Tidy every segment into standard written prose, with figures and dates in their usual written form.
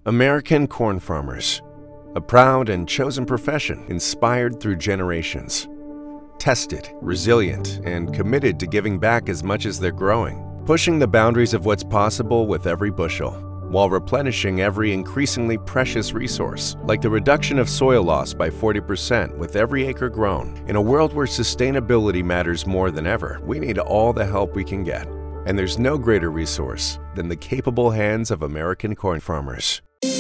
American corn farmers, a proud and chosen profession inspired through generations. Tested, resilient, and committed to giving back as much as they're growing, pushing the boundaries of what's possible with every bushel, while replenishing every increasingly precious resource, like the reduction of soil loss by 40% with every acre grown. In a world where sustainability matters more than ever, we need all the help we can get. And there's no greater resource than the capable hands of American corn farmers.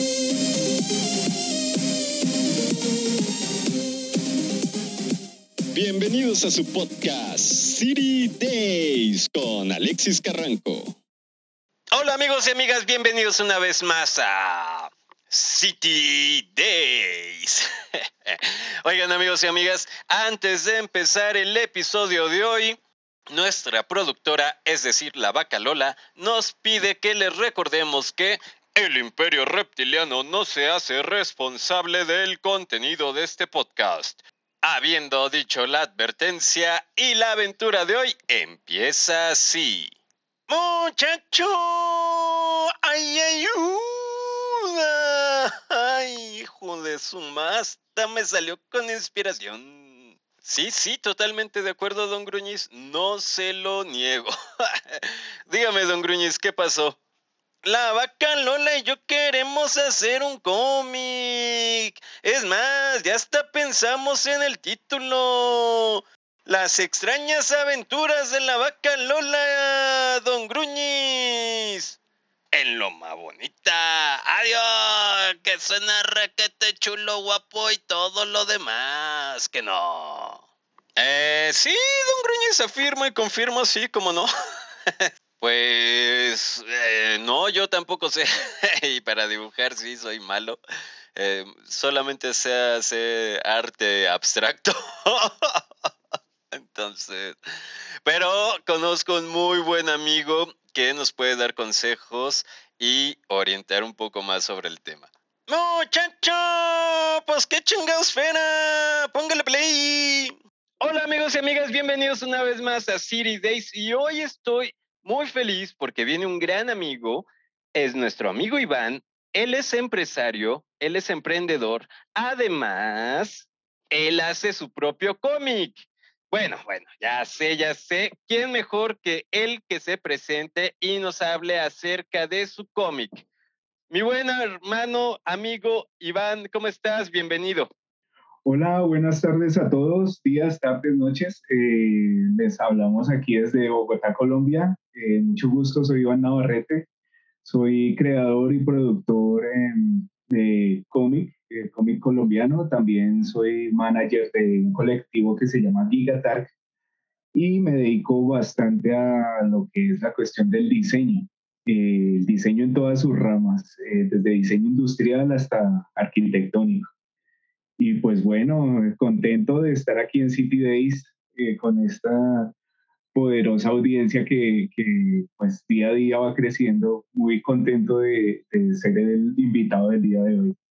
Bienvenidos a su podcast City Days con Alexis Carranco. Hola amigos y amigas, bienvenidos una vez más a City Days. Oigan amigos y amigas, antes de empezar el episodio de hoy, nuestra productora, es decir, la Vaca Lola, nos pide que les recordemos que el Imperio Reptiliano no se hace responsable del contenido de este podcast. Habiendo dicho la advertencia, y la aventura de hoy empieza así. ¡Muchacho! ¡Ay, ayuda! ¡Ay, hijo de su masta! Me salió con inspiración. Sí, totalmente de acuerdo, don Gruñiz. No se lo niego. Dígame, don Gruñiz, ¿qué pasó? La Vaca Lola y yo queremos hacer un cómic. Es más, ya hasta pensamos en el título. Las extrañas aventuras de la Vaca Lola, don Gruñiz. En Loma Bonita. Adiós, que suena requete chulo, guapo y todo lo demás. Que no. Sí, don Gruñiz, afirmo y confirmo, sí, como no. Pues, no, yo tampoco sé. Y para dibujar sí soy malo. Solamente sé hacer arte abstracto. Entonces, pero conozco un muy buen amigo que nos puede dar consejos y orientar un poco más sobre el tema. ¡Muchacho! Pues qué chingados fera. Póngale play. Hola amigos y amigas, bienvenidos una vez más a City Days. Y hoy estoy muy feliz porque viene un gran amigo. Es nuestro amigo Iván. Él es empresario, él es emprendedor. Además, él hace su propio cómic. Bueno, ya sé. ¿Quién mejor que él que se presente y nos hable acerca de su cómic? Mi buen hermano, amigo Iván, ¿cómo estás? Bienvenido. Hola, buenas tardes a todos, días, tardes, noches. Les hablamos aquí desde Bogotá, Colombia. Mucho gusto, soy Iván Navarrete. Soy creador y productor de cómic colombiano. También soy manager de un colectivo que se llama Gigatag y me dedico bastante a lo que es la cuestión del diseño. El diseño en todas sus ramas, desde diseño industrial hasta arquitectónico. Y pues bueno, contento de estar aquí en City Days con esta poderosa audiencia que pues día a día va creciendo. Muy contento de ser el invitado del día de hoy.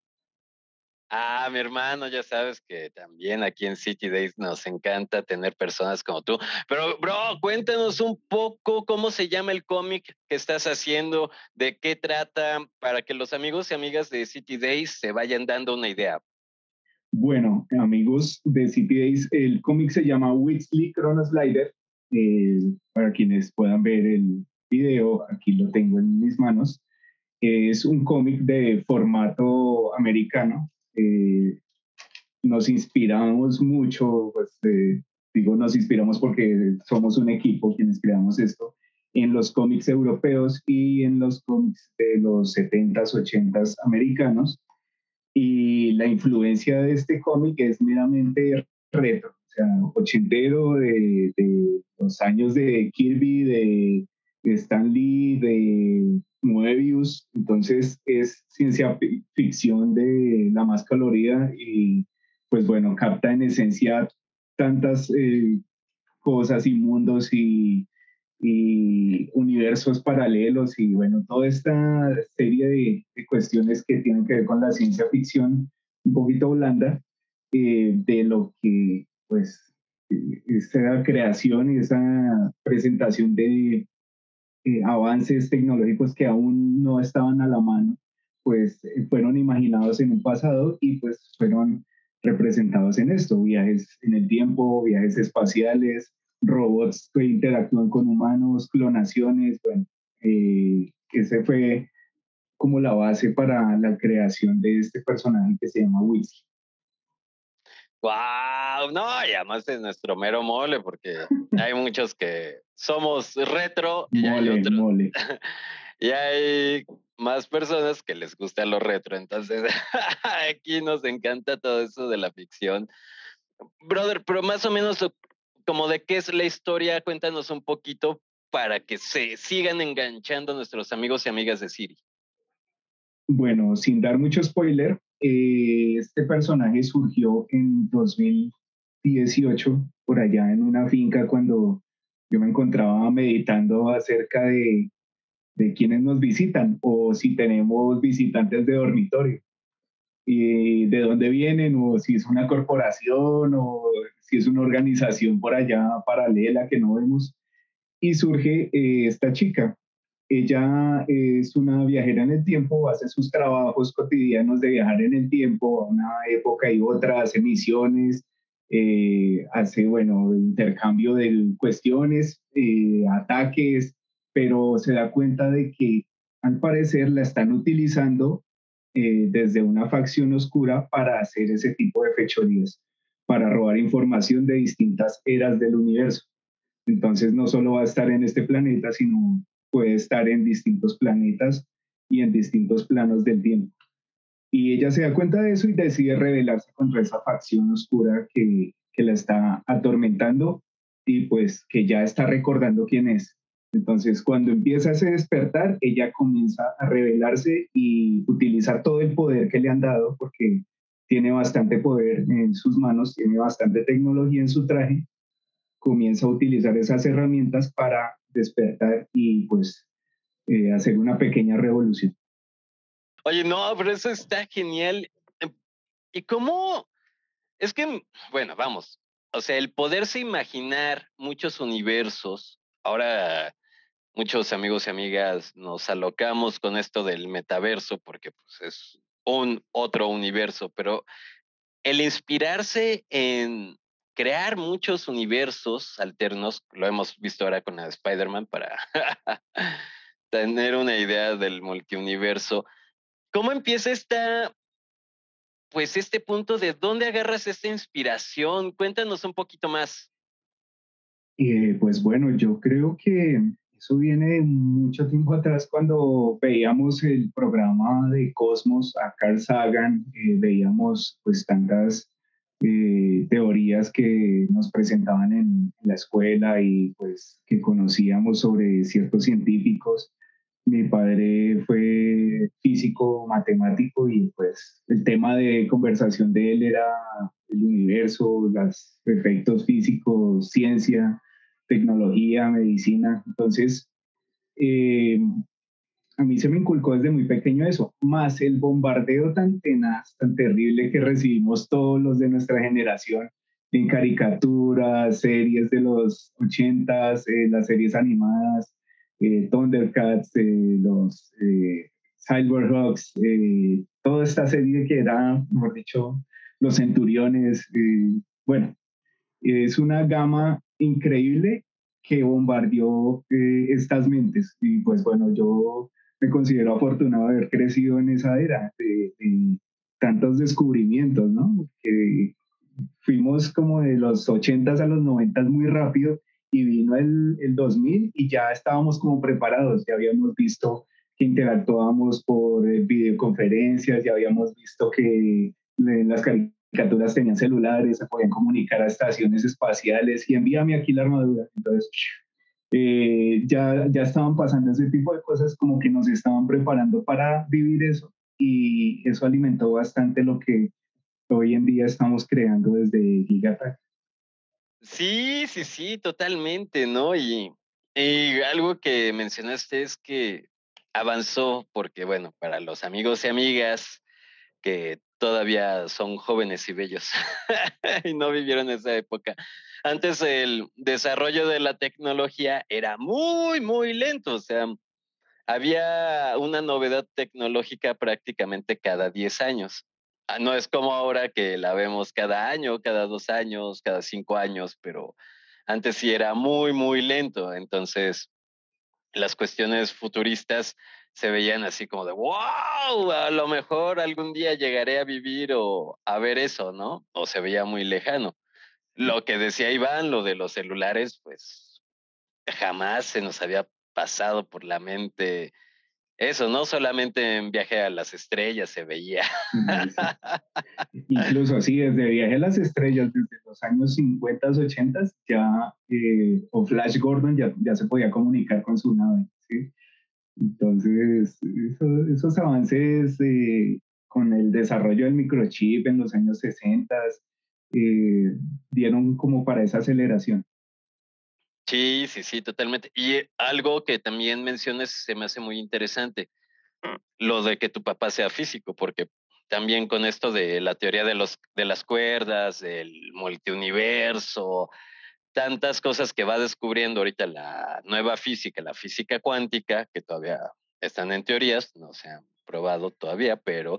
Mi hermano, ya sabes que también aquí en City Days nos encanta tener personas como tú. Pero, bro, cuéntanos un poco cómo se llama el cómic que estás haciendo, de qué trata, para que los amigos y amigas de City Days se vayan dando una idea. Bueno, amigos de City Days, el cómic se llama Whistly Chrono Slider. Para quienes puedan ver el video, aquí lo tengo en mis manos. Es un cómic de formato americano. Nos inspiramos mucho, pues digo nos inspiramos porque somos un equipo quienes creamos esto, en los cómics europeos y en los cómics de los 70s, 80s americanos. Y la influencia de este cómic es meramente retro, o sea, ochentero de los años de Kirby, de Stan Lee, de Moebius. Entonces es ciencia ficción de la más colorida y pues bueno, capta en esencia tantas cosas y mundos y universos paralelos y bueno, toda esta serie de cuestiones que tienen que ver con la ciencia ficción un poquito blanda, de lo que pues esa creación y esa presentación de avances tecnológicos que aún no estaban a la mano, pues fueron imaginados en un pasado y pues fueron representados en esto, viajes en el tiempo, viajes espaciales, robots que interactúan con humanos, clonaciones, bueno, ese fue como la base para la creación de este personaje que se llama Whis. ¡Wow! No, y además es nuestro mero mole, porque hay muchos que somos retro y hay Mole, otros. mole. Y hay más personas que les gusta lo retro. Entonces, aquí nos encanta todo eso de la ficción. Brother, pero más o menos como de qué es la historia, cuéntanos un poquito para que se sigan enganchando nuestros amigos y amigas de Siri. Bueno, sin dar mucho spoiler, este personaje surgió en 2018, por allá en una finca, cuando yo me encontraba meditando acerca de quiénes nos visitan o si tenemos visitantes de dormitorio y de dónde vienen o si es una corporación o si es una organización por allá paralela que no vemos. Y surge esta chica. Ella es una viajera en el tiempo, hace sus trabajos cotidianos de viajar en el tiempo a una época y otra, hace misiones, hace, bueno, intercambio de cuestiones, ataques, pero se da cuenta de que al parecer la están utilizando desde una facción oscura para hacer ese tipo de fechorías, para robar información de distintas eras del universo. Entonces no solo va a estar en este planeta, sino puede estar en distintos planetas y en distintos planos del tiempo. Y ella se da cuenta de eso y decide rebelarse contra esa facción oscura que la está atormentando y pues que ya está recordando quién es. Entonces, cuando empieza ese despertar, ella comienza a rebelarse y utilizar todo el poder que le han dado, porque tiene bastante poder en sus manos, tiene bastante tecnología en su traje, comienza a utilizar esas herramientas para despertar y pues hacer una pequeña revolución. Oye, no, pero eso está genial. ¿Y cómo? Es que, bueno, vamos. O sea, el poderse imaginar muchos universos. Ahora, muchos amigos y amigas nos alocamos con esto del metaverso porque pues, es un otro universo, pero el inspirarse en crear muchos universos alternos, lo hemos visto ahora con la de Spider-Man para tener una idea del multiuniverso. ¿Cómo empieza pues este punto de dónde agarras esta inspiración? Cuéntanos un poquito más. Pues bueno, yo creo que eso viene de mucho tiempo atrás cuando veíamos el programa de Cosmos a Carl Sagan, veíamos pues tantas teorías que nos presentaban en la escuela y pues que conocíamos sobre ciertos científicos. Mi padre fue físico, matemático y pues el tema de conversación de él era el universo, los efectos físicos, ciencia, tecnología, medicina. Entonces, eh, a mí se me inculcó desde muy pequeño eso, más el bombardeo tan tenaz, tan terrible que recibimos todos los de nuestra generación en caricaturas, series de los 80s, las series animadas, Thundercats, los Cyberhawks, toda esta serie que era, mejor dicho, los Centuriones, bueno, es una gama increíble que bombardeó estas mentes. Y pues bueno, yo me considero afortunado de haber crecido en esa era de tantos descubrimientos, ¿no? Que fuimos como de los 80s a los 90s muy rápido y vino el 2000 y ya estábamos como preparados, ya habíamos visto que interactuábamos por videoconferencias, ya habíamos visto que en las caricaturas tenían celulares, se podían comunicar a estaciones espaciales y envíame aquí la armadura. Entonces, ya estaban pasando ese tipo de cosas como que nos estaban preparando para vivir eso y eso alimentó bastante lo que hoy en día estamos creando desde Gigapack. Sí, sí, sí, totalmente, ¿no? Y algo que mencionaste es que avanzó porque, bueno, para los amigos y amigas que todavía son jóvenes y bellos y no vivieron esa época. Antes el desarrollo de la tecnología era muy, muy lento, o sea, había una novedad tecnológica prácticamente cada 10 años. No es como ahora que la vemos cada año, cada 2 años, cada 5 años, pero antes sí era muy, muy lento. Entonces, las cuestiones futuristas se veían así como de, wow, a lo mejor algún día llegaré a vivir o a ver eso, ¿no? O se veía muy lejano. Lo que decía Iván, lo de los celulares, pues jamás se nos había pasado por la mente eso, no solamente en Viaje a las Estrellas se veía. Sí. Incluso así, desde Viaje a las Estrellas, desde los años 50, 80, ya, o Flash Gordon ya se podía comunicar con su nave, ¿sí? Entonces, esos avances con el desarrollo del microchip en los años 60 dieron como para esa aceleración. Sí, sí, sí, totalmente. Y algo que también mencionas se me hace muy interesante, lo de que tu papá sea físico, porque también con esto de la teoría de las cuerdas, del multiuniverso, tantas cosas que va descubriendo ahorita la nueva física, la física cuántica, que todavía están en teorías, no se han probado todavía, pero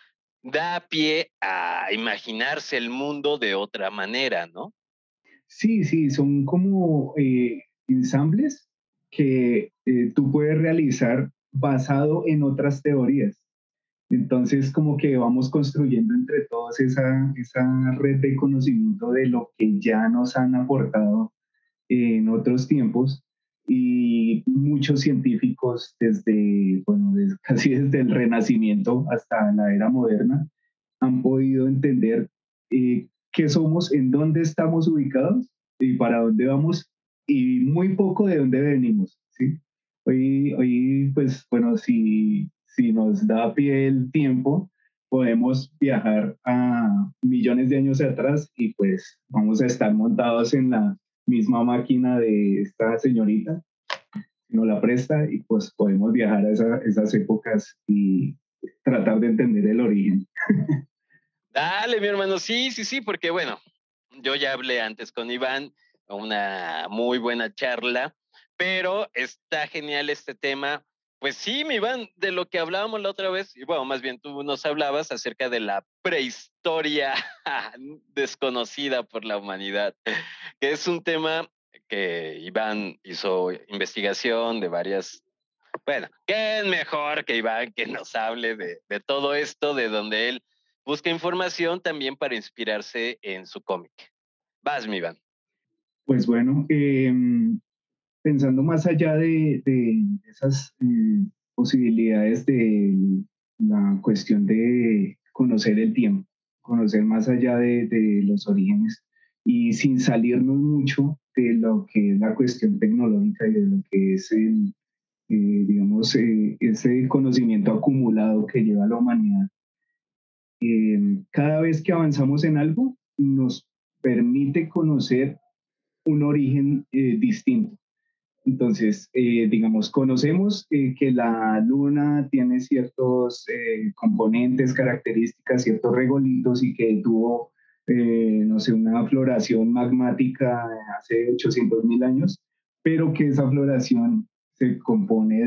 da pie a imaginarse el mundo de otra manera, ¿no? Sí, sí, son como ensambles que tú puedes realizar basado en otras teorías. Entonces, como que vamos construyendo entre todos esa red de conocimiento de lo que ya nos han aportado en otros tiempos y muchos científicos bueno, casi desde el Renacimiento hasta la era moderna han podido entender qué somos, en dónde estamos ubicados y para dónde vamos y muy poco de dónde venimos, ¿sí? Hoy pues bueno, si nos da pie el tiempo, podemos viajar a millones de años atrás y pues vamos a estar montados en la misma máquina de esta señorita, si nos la presta y pues podemos viajar a esas épocas y tratar de entender el origen. Dale, mi hermano, sí, sí, sí, porque bueno, yo ya hablé antes con Iván, una muy buena charla, pero está genial este tema. Pues sí, mi Iván, de lo que hablábamos la otra vez, y bueno, más bien tú nos hablabas acerca de la prehistoria desconocida por la humanidad, que es un tema que Iván hizo investigación de varias. Bueno, ¿qué es mejor que Iván que nos hable de todo esto, de donde él busca información también para inspirarse en su cómic? Vas, mi Iván. Pues bueno, pensando más allá de esas posibilidades de la cuestión de conocer el tiempo, conocer más allá de los orígenes y sin salirnos mucho de lo que es la cuestión tecnológica y de lo que es digamos, ese conocimiento acumulado que lleva la humanidad. Cada vez que avanzamos en algo, nos permite conocer un origen distinto. Entonces, digamos, conocemos que la luna tiene ciertos componentes, características, ciertos regolitos y que tuvo, no sé, una floración magmática hace 800.000 años, pero que esa floración se compone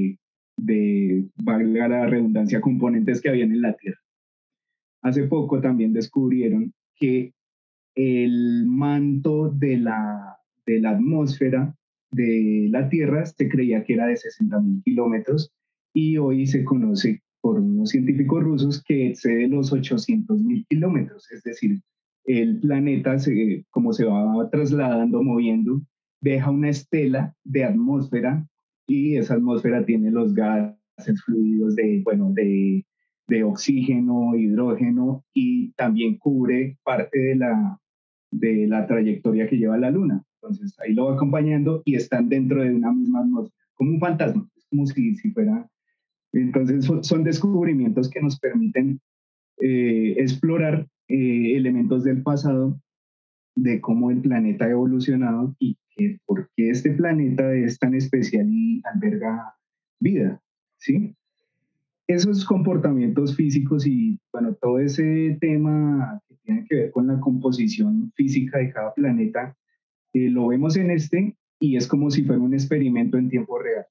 valga la redundancia, componentes que habían en la Tierra. Hace poco también descubrieron que el manto de la atmósfera de la Tierra se creía que era de 60.000 kilómetros y hoy se conoce por unos científicos rusos que excede los 800.000 kilómetros. Es decir, el planeta, como se va trasladando, moviendo, deja una estela de atmósfera y esa atmósfera tiene los gases fluidos bueno, de oxígeno, hidrógeno y también cubre parte de la trayectoria que lleva la Luna. Entonces ahí lo va acompañando y están dentro de una misma atmósfera, como un fantasma, es como si fuera. Entonces son descubrimientos que nos permiten explorar elementos del pasado, de cómo el planeta ha evolucionado y por qué este planeta es tan especial y alberga vida, ¿sí? Esos comportamientos físicos y, bueno, todo ese tema que tiene que ver con la composición física de cada planeta, lo vemos en y es como si fuera un experimento en tiempo real.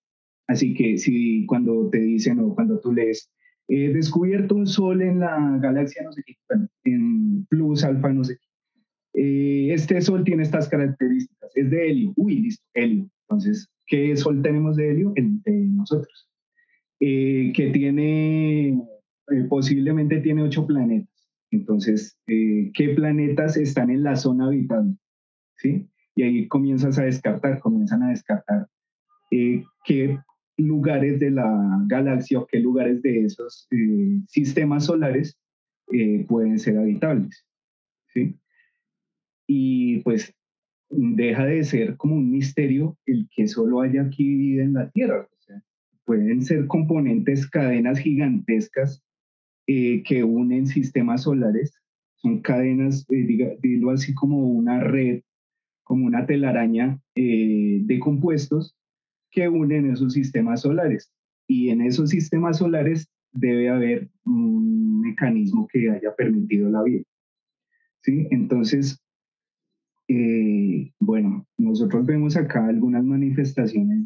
Así que si cuando te dicen o cuando tú lees, he descubierto un sol en la galaxia, no sé qué, bueno, en Plus Alfa, no sé qué. Este sol tiene estas características, es de helio, uy, listo, helio. Entonces, ¿qué sol tenemos de helio? El de nosotros. Que tiene, posiblemente tiene 8 planetas. Entonces, ¿qué planetas están en la zona habitable? ¿Sí? Y ahí comienzan a descartar qué lugares de la galaxia o qué lugares de esos sistemas solares pueden ser habitables. ¿Sí? Y pues deja de ser como un misterio el que solo haya aquí vida en la Tierra. O sea, pueden ser componentes, cadenas gigantescas que unen sistemas solares. Son cadenas, digo así como una red, como una telaraña de compuestos que unen esos sistemas solares. Y en esos sistemas solares debe haber un mecanismo que haya permitido la vida. ¿Sí? Entonces, bueno, nosotros vemos acá algunas manifestaciones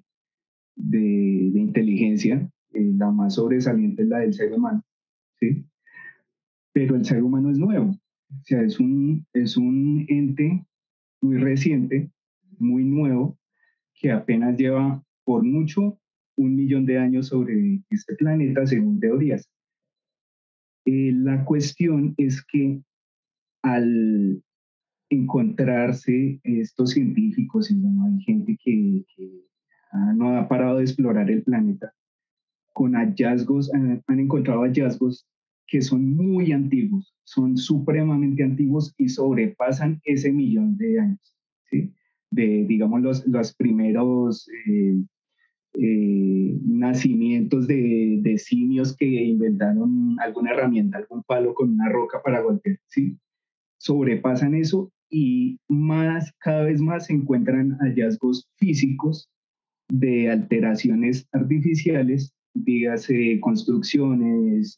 de inteligencia. La más sobresaliente es la del ser humano, ¿sí? Pero el ser humano es nuevo, o sea, es un ente muy reciente, muy nuevo, que apenas lleva por mucho 1 millón de años sobre este planeta, según teorías. La cuestión es que al encontrarse estos científicos, y bueno, hay gente que no ha parado de explorar el planeta, con hallazgos, han encontrado hallazgos que son muy antiguos, son supremamente antiguos y sobrepasan ese 1 millón de años, ¿sí? De, digamos, los primeros nacimientos de simios que inventaron alguna herramienta, algún palo con una roca para golpear, ¿sí? Sobrepasan eso y más, cada vez más se encuentran hallazgos físicos de alteraciones artificiales, dígase construcciones,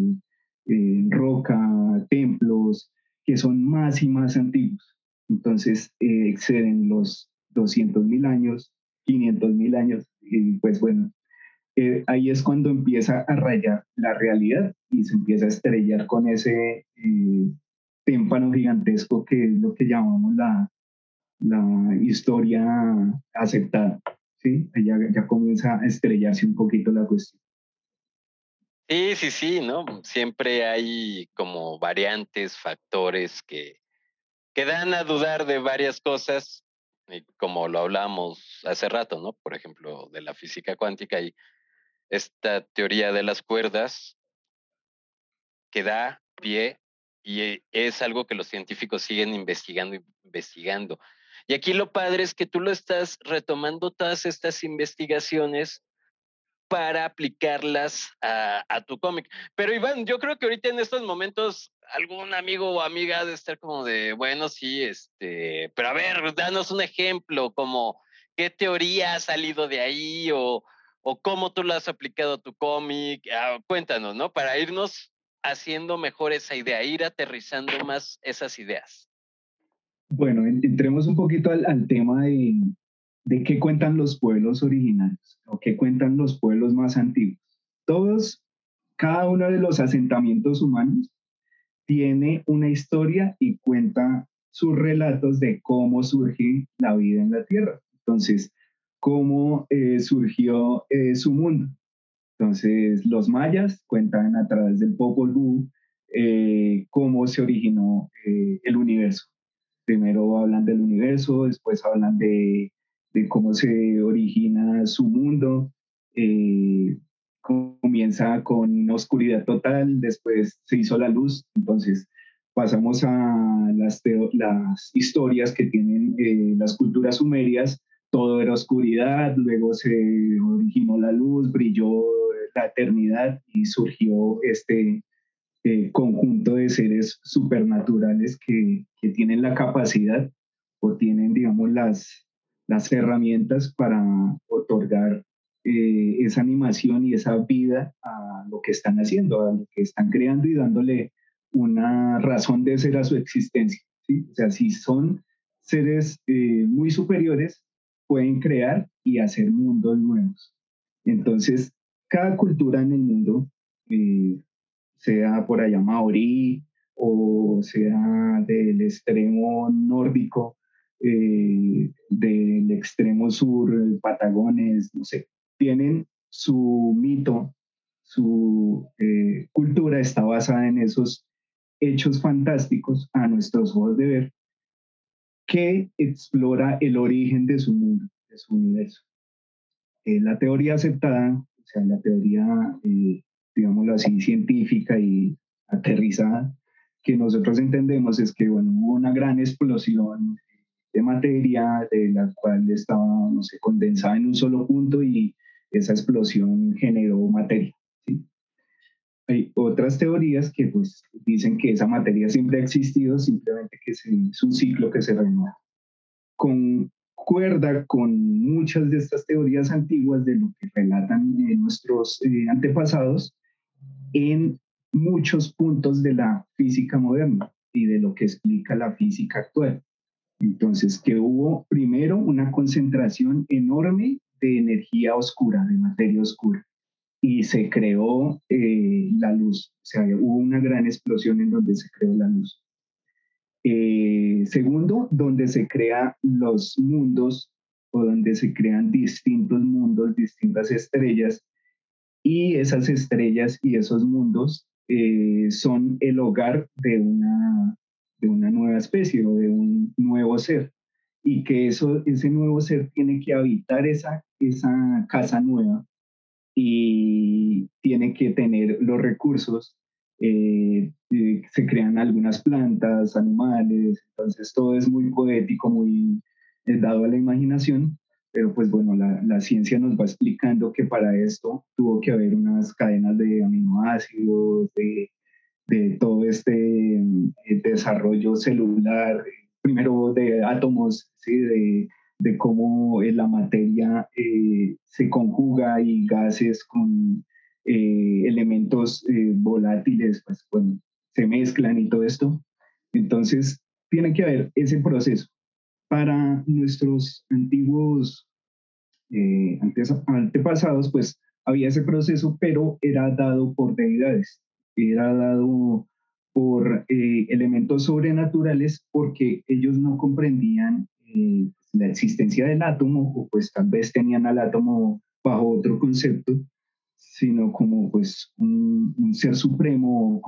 roca, templos, que son más y más antiguos. Entonces exceden los 200.000 años, 500.000 años, y pues bueno, ahí es cuando empieza a rayar la realidad y se empieza a estrellar con ese témpano gigantesco que es lo que llamamos la historia aceptada, ¿sí? Ahí ya comienza a estrellarse un poquito la cuestión. Sí, sí, sí, ¿no? Siempre hay como variantes, factores que dan a dudar de varias cosas, y como lo hablamos hace rato, ¿no? Por ejemplo, de la física cuántica y esta teoría de las cuerdas que da pie y es algo que los científicos siguen investigando y investigando. Y aquí lo padre es que tú lo estás retomando todas estas investigaciones para aplicarlas a tu cómic. Pero Iván, yo creo que ahorita en estos momentos algún amigo o amiga ha de estar como de, bueno, sí, pero a ver, danos un ejemplo, como qué teoría ha salido de ahí o cómo tú lo has aplicado a tu cómic. Cuéntanos, ¿no? Para irnos haciendo mejor esa idea, ir aterrizando más esas ideas. Bueno, entremos un poquito al tema de qué cuentan los pueblos originarios o qué cuentan los pueblos más antiguos. Todos, cada uno de los asentamientos humanos tiene una historia y cuenta sus relatos de cómo surge la vida en la Tierra. Entonces, cómo surgió su mundo. Entonces, los mayas cuentan a través del Popol Vuh cómo se originó el universo. Primero hablan del universo, después hablan de cómo se origina su mundo. Comienza con una oscuridad total, después se hizo la luz, entonces pasamos a las historias que tienen las culturas sumerias, todo era oscuridad, luego se originó la luz, brilló la eternidad y surgió este conjunto de seres supernaturales que tienen la capacidad o tienen, digamos, las herramientas para otorgar esa animación y esa vida a lo que están haciendo, a lo que están creando y dándole una razón de ser a su existencia, ¿sí? O sea, si son seres muy superiores, pueden crear y hacer mundos nuevos. Entonces, cada cultura en el mundo, eh, sea por allá maorí o sea del extremo nórdico, del extremo sur, Patagones, no sé, tienen su mito, su cultura está basada en esos hechos fantásticos a nuestros ojos de ver, que explora el origen de su mundo, de su universo. La teoría aceptada, o sea, la teoría, digámoslo así, científica y aterrizada, que nosotros entendemos es que, bueno, hubo una gran explosión de materia de la cual estaba, no sé, condensada en un solo punto y esa explosión generó materia. ¿Sí? Hay otras teorías que pues dicen que esa materia siempre ha existido, simplemente que es un ciclo que se renueva. Concuerda con muchas de estas teorías antiguas de lo que relatan nuestros antepasados en muchos puntos de la física moderna y de lo que explica la física actual. Entonces, que hubo primero una concentración enorme de energía oscura, de materia oscura, y se creó la luz. O sea, hubo una gran explosión en donde se creó la luz. Segundo, donde se crean los mundos o donde se crean distintos mundos, distintas estrellas, y esas estrellas y esos mundos son el hogar de una nueva especie o de un nuevo ser, y que ese nuevo ser tiene que habitar esa casa nueva y tiene que tener los recursos. Se crean algunas plantas, animales, entonces todo es muy poético, muy dado a la imaginación, pero pues bueno, la ciencia nos va explicando que para esto tuvo que haber unas cadenas de aminoácidos, de todo este desarrollo celular, primero de átomos, ¿sí? De cómo la materia se conjuga y gases con elementos volátiles, pues bueno, se mezclan y todo esto. Entonces, tiene que haber ese proceso. Para nuestros antiguos antepasados, pues había ese proceso, pero era dado por deidades, era dado por elementos sobrenaturales porque ellos no comprendían la existencia del átomo o pues tal vez tenían al átomo bajo otro concepto, sino como pues un ser supremo,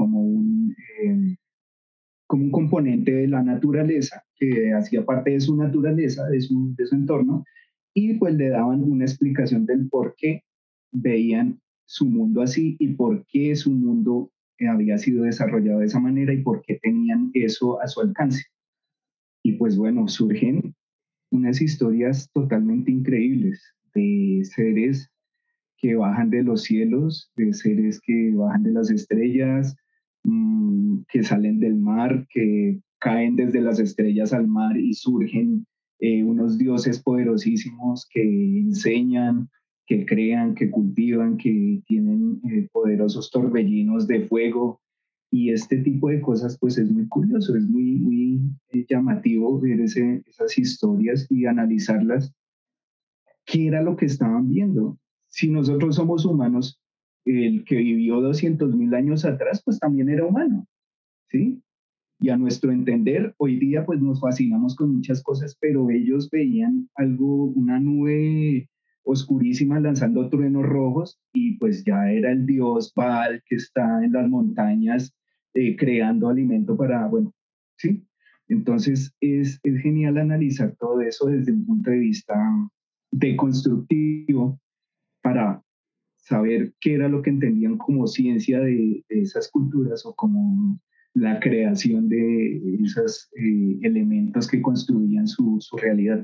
como un componente de la naturaleza que hacía parte de su naturaleza, de su entorno, y pues le daban una explicación del por qué veían su mundo así y por qué su mundo había sido desarrollado de esa manera y por qué tenían eso a su alcance. Y pues bueno, surgen unas historias totalmente increíbles de seres que bajan de los cielos, de seres que bajan de las estrellas, que salen del mar, que caen desde las estrellas al mar y surgen unos dioses poderosísimos que enseñan, que crean, que cultivan, que tienen poderosos torbellinos de fuego. Y este tipo de cosas, pues es muy curioso, es muy llamativo ver esas historias y analizarlas. ¿Qué era lo que estaban viendo? Si nosotros somos humanos, el que vivió 200.000 años atrás, pues también era humano, ¿sí? Y a nuestro entender, hoy día pues nos fascinamos con muchas cosas, pero ellos veían algo, una nube oscurísima lanzando truenos rojos y pues ya era el dios Baal que está en las montañas creando alimento para, bueno, ¿sí? Entonces es genial analizar todo eso desde un punto de vista deconstructivo para saber qué era lo que entendían como ciencia de esas culturas o como la creación de esos elementos que construían su realidad.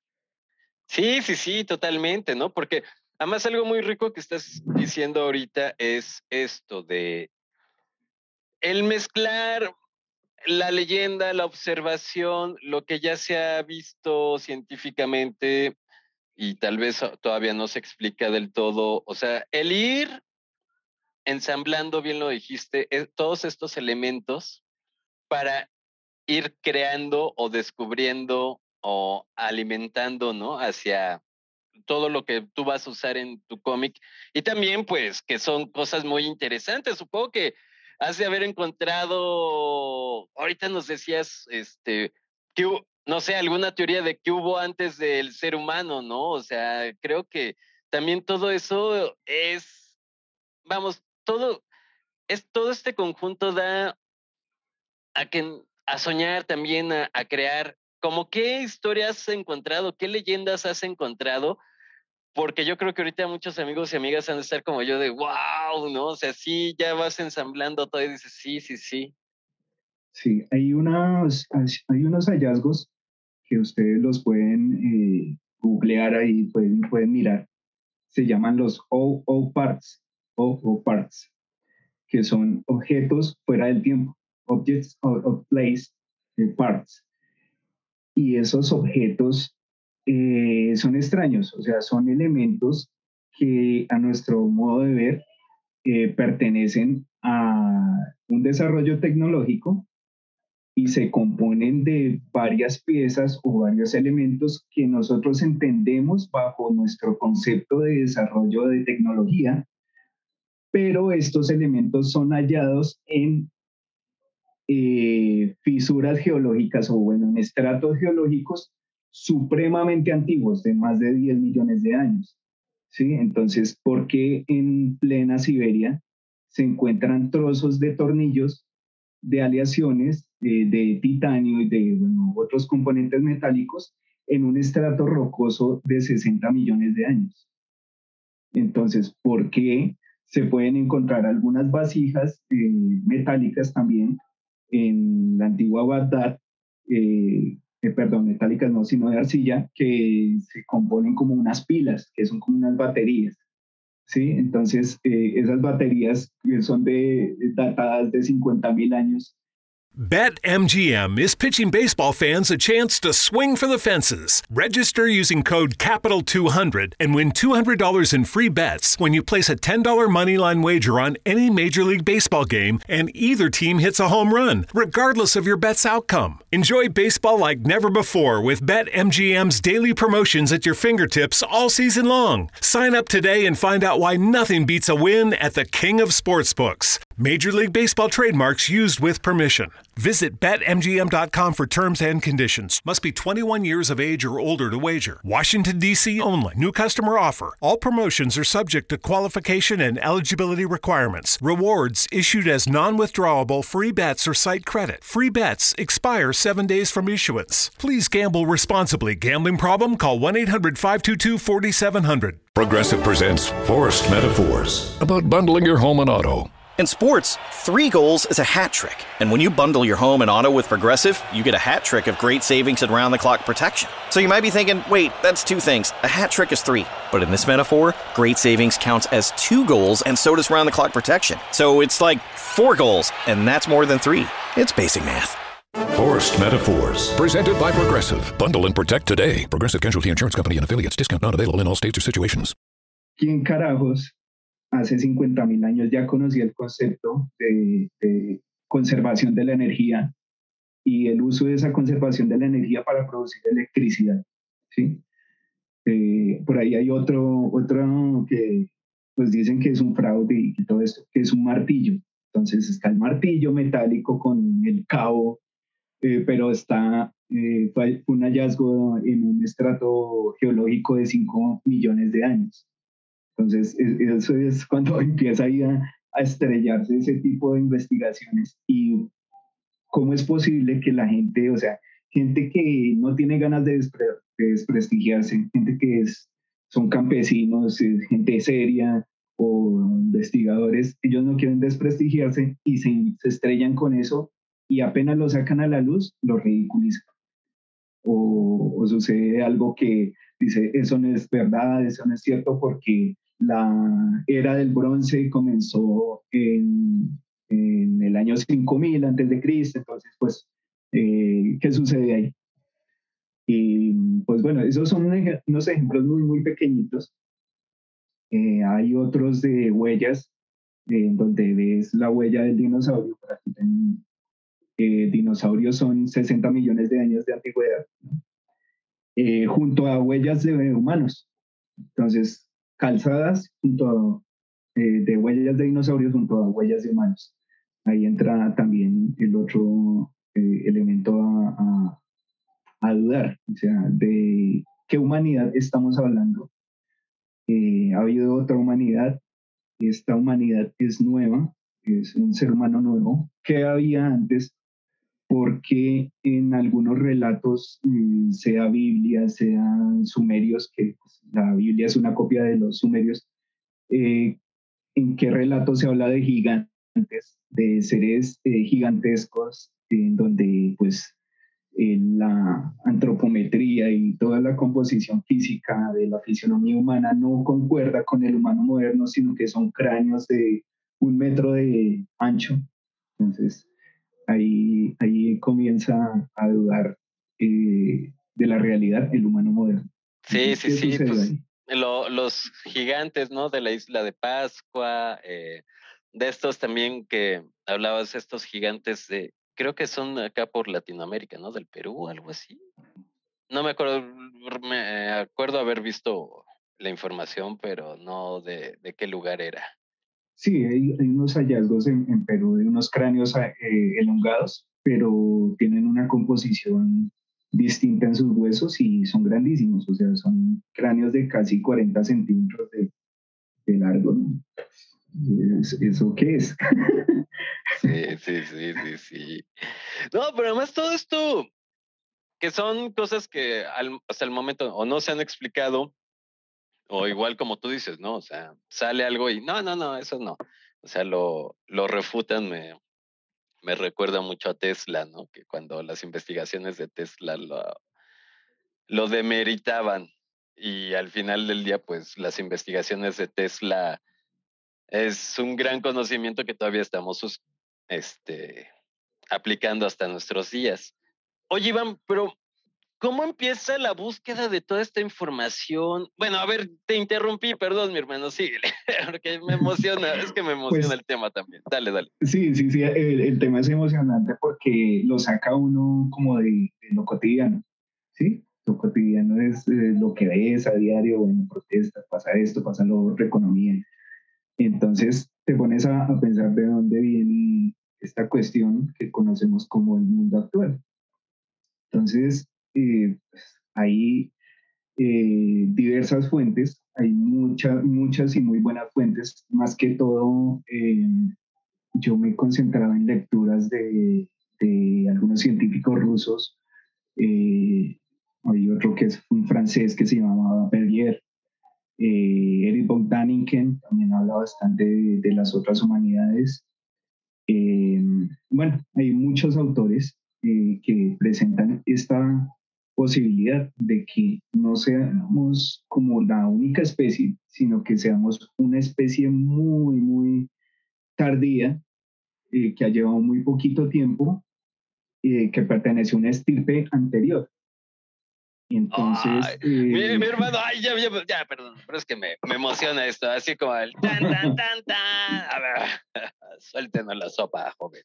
Sí, sí, sí, totalmente, ¿no? Porque además algo muy rico que estás diciendo ahorita es esto de el mezclar la leyenda, la observación, lo que ya se ha visto científicamente y tal vez todavía no se explica del todo. O sea, el ir ensamblando, bien lo dijiste, todos estos elementos para ir creando o descubriendo o alimentando, ¿no? Hacia todo lo que tú vas a usar en tu cómic. Y también, pues, que son cosas muy interesantes. Supongo que has de haber encontrado, ahorita nos decías, no sé, alguna teoría de qué hubo antes del ser humano, ¿no? O sea, creo que también todo eso es, vamos, todo este conjunto da a soñar también, a crear. ¿Cómo qué historias has encontrado? ¿Qué leyendas has encontrado? Porque yo creo que ahorita muchos amigos y amigas han de estar como yo de wow, ¿no? O sea, sí, ya vas ensamblando todo y dices, sí, sí, sí. Sí, hay unos hallazgos que ustedes los pueden googlear ahí, pueden mirar. Se llaman los OO parts, que son objetos fuera del tiempo, objects of place parts. Y esos objetos son extraños, o sea, son elementos que a nuestro modo de ver pertenecen a un desarrollo tecnológico y se componen de varias piezas o varios elementos que nosotros entendemos bajo nuestro concepto de desarrollo de tecnología, pero estos elementos son hallados en fisuras geológicas o bueno, en estratos geológicos supremamente antiguos, de más de 10 millones de años. ¿Sí? Entonces, ¿por qué en plena Siberia se encuentran trozos de tornillos de aleaciones de titanio y de bueno, otros componentes metálicos en un estrato rocoso de 60 millones de años? Entonces, ¿por qué se pueden encontrar algunas vasijas metálicas también en la antigua Bagdad, perdón, metálicas no, sino de arcilla, que se componen como unas pilas, que son como unas baterías? ¿Sí? Entonces, esas baterías son datadas de 50.000 años. BetMGM is pitching baseball fans a chance to swing for the fences. Register using code CAPITAL200 and win $200 in free bets when you place a $10 moneyline wager on any Major League Baseball game and either team hits a home run, regardless of your bet's outcome. Enjoy baseball like never before with BetMGM's daily promotions at your fingertips all season long. Sign up today and find out why nothing beats a win at the King of Sportsbooks. Major League Baseball trademarks used with permission. Visit BetMGM.com for terms and conditions. Must be 21 years of age or older to wager. Washington, D.C. only. New customer offer. All promotions are subject to qualification and eligibility requirements. Rewards issued as non-withdrawable free bets or site credit. Free bets expire 7 days from issuance. Please gamble responsibly. Gambling problem? Call 1-800-522-4700. Progressive presents Forced Metaphors about bundling your home and auto. In sports, 3 goals is a hat trick. And when you bundle your home and auto with Progressive, you get a hat trick of great savings and round-the-clock protection. So you might be thinking, wait, that's 2 things. A hat trick is 3. But in this metaphor, great savings counts as 2 goals, and so does round-the-clock protection. So it's like 4 goals, and that's more than 3. It's basic math. Forced Metaphors. Presented by Progressive. Bundle and protect today. Progressive Casualty Insurance Company and affiliates. Discount not available in all states or situations. ¿Quién carajos hace 50.000 años ya conocía el concepto de conservación de la energía y el uso de esa conservación de la energía para producir electricidad? ¿Sí? Por ahí hay otro que pues dicen que es un fraude y todo esto, que es un martillo. Entonces está el martillo metálico con el cabo, pero fue un hallazgo en un estrato geológico de 5 millones de años. Entonces, eso es cuando empieza ahí a estrellarse ese tipo de investigaciones. Y cómo es posible que la gente, o sea, gente que no tiene ganas de desprestigiarse, gente que son campesinos, gente seria o investigadores, ellos no quieren desprestigiarse y se estrellan con eso y apenas lo sacan a la luz, lo ridiculizan. O sucede algo que dice, eso no es verdad, eso no es cierto, porque la era del bronce comenzó en el año 5000 antes de Cristo. Entonces, pues, ¿qué sucede ahí? Y pues bueno, esos son unos ejemplos muy, muy pequeñitos. Hay otros de huellas, donde ves la huella del dinosaurio. Por aquí dinosaurios son 60 millones de años de antigüedad, junto a huellas de humanos. Entonces, calzadas de huellas de dinosaurios junto a huellas de humanos. Ahí entra también el otro elemento a dudar, o sea, de qué humanidad estamos hablando. Ha habido otra humanidad, esta humanidad es nueva, es un ser humano nuevo. ¿Qué había antes? Porque en algunos relatos, sea Biblia, sean sumerios, que pues, la Biblia es una copia de los sumerios, en qué relato se habla de gigantes, de seres gigantescos, en donde pues la antropometría y toda la composición física de la fisionomía humana no concuerda con el humano moderno, sino que son cráneos de 1 metro de ancho. Entonces, ahí comienza a dudar de la realidad el humano moderno. Sí, Entonces, ¿qué sucedió pues ahí? los gigantes, ¿no? De la isla de Pascua, de estos también que hablabas, estos gigantes creo que son acá por Latinoamérica, ¿no? Del Perú, algo así. No me acuerdo, me acuerdo haber visto la información, pero no de qué lugar era. Sí, hay unos hallazgos en Perú de unos cráneos elongados, pero tienen una composición distinta en sus huesos y son grandísimos, o sea, son cráneos de casi 40 centímetros de largo, ¿no? ¿Eso qué es? Sí. No, pero además todo esto, que son cosas que hasta el momento o no se han explicado, o igual como tú dices, ¿no? O sea, sale algo y no, eso no. O sea, lo refutan, me recuerda mucho a Tesla, ¿no? Que cuando las investigaciones de Tesla lo demeritaban y al final del día, pues las investigaciones de Tesla es un gran conocimiento que todavía estamos este, aplicando hasta nuestros días. Oye, Iván, pero ¿cómo empieza la búsqueda de toda esta información? Bueno, a ver, te interrumpí, perdón, mi hermano, síguele, porque me emociona, es que me emociona Pues el tema también. Dale. sí, el tema es emocionante porque lo saca uno como de lo cotidiano, ¿sí? Lo cotidiano es lo que ves a diario, bueno, protestas, pasa esto, pasa lo otro, economía. Entonces te pones a pensar de dónde viene esta cuestión que conocemos como el mundo actual. Entonces, hay diversas fuentes, hay muchas y muy buenas fuentes, más que todo yo me concentraba en lecturas de algunos científicos rusos, hay otro que es un francés que se llamaba Bergier, Eric Bogdaniken también habla bastante de las otras humanidades. Bueno, hay muchos autores que presentan esta posibilidad de que no seamos como la única especie, sino que seamos una especie muy, muy tardía, que ha llevado muy poquito tiempo, que pertenece a una estirpe anterior. Y entonces, Ay, mi hermano, ay, ya, perdón, pero es que me emociona esto, así como el tan. A ver, suéltenos la sopa, joven.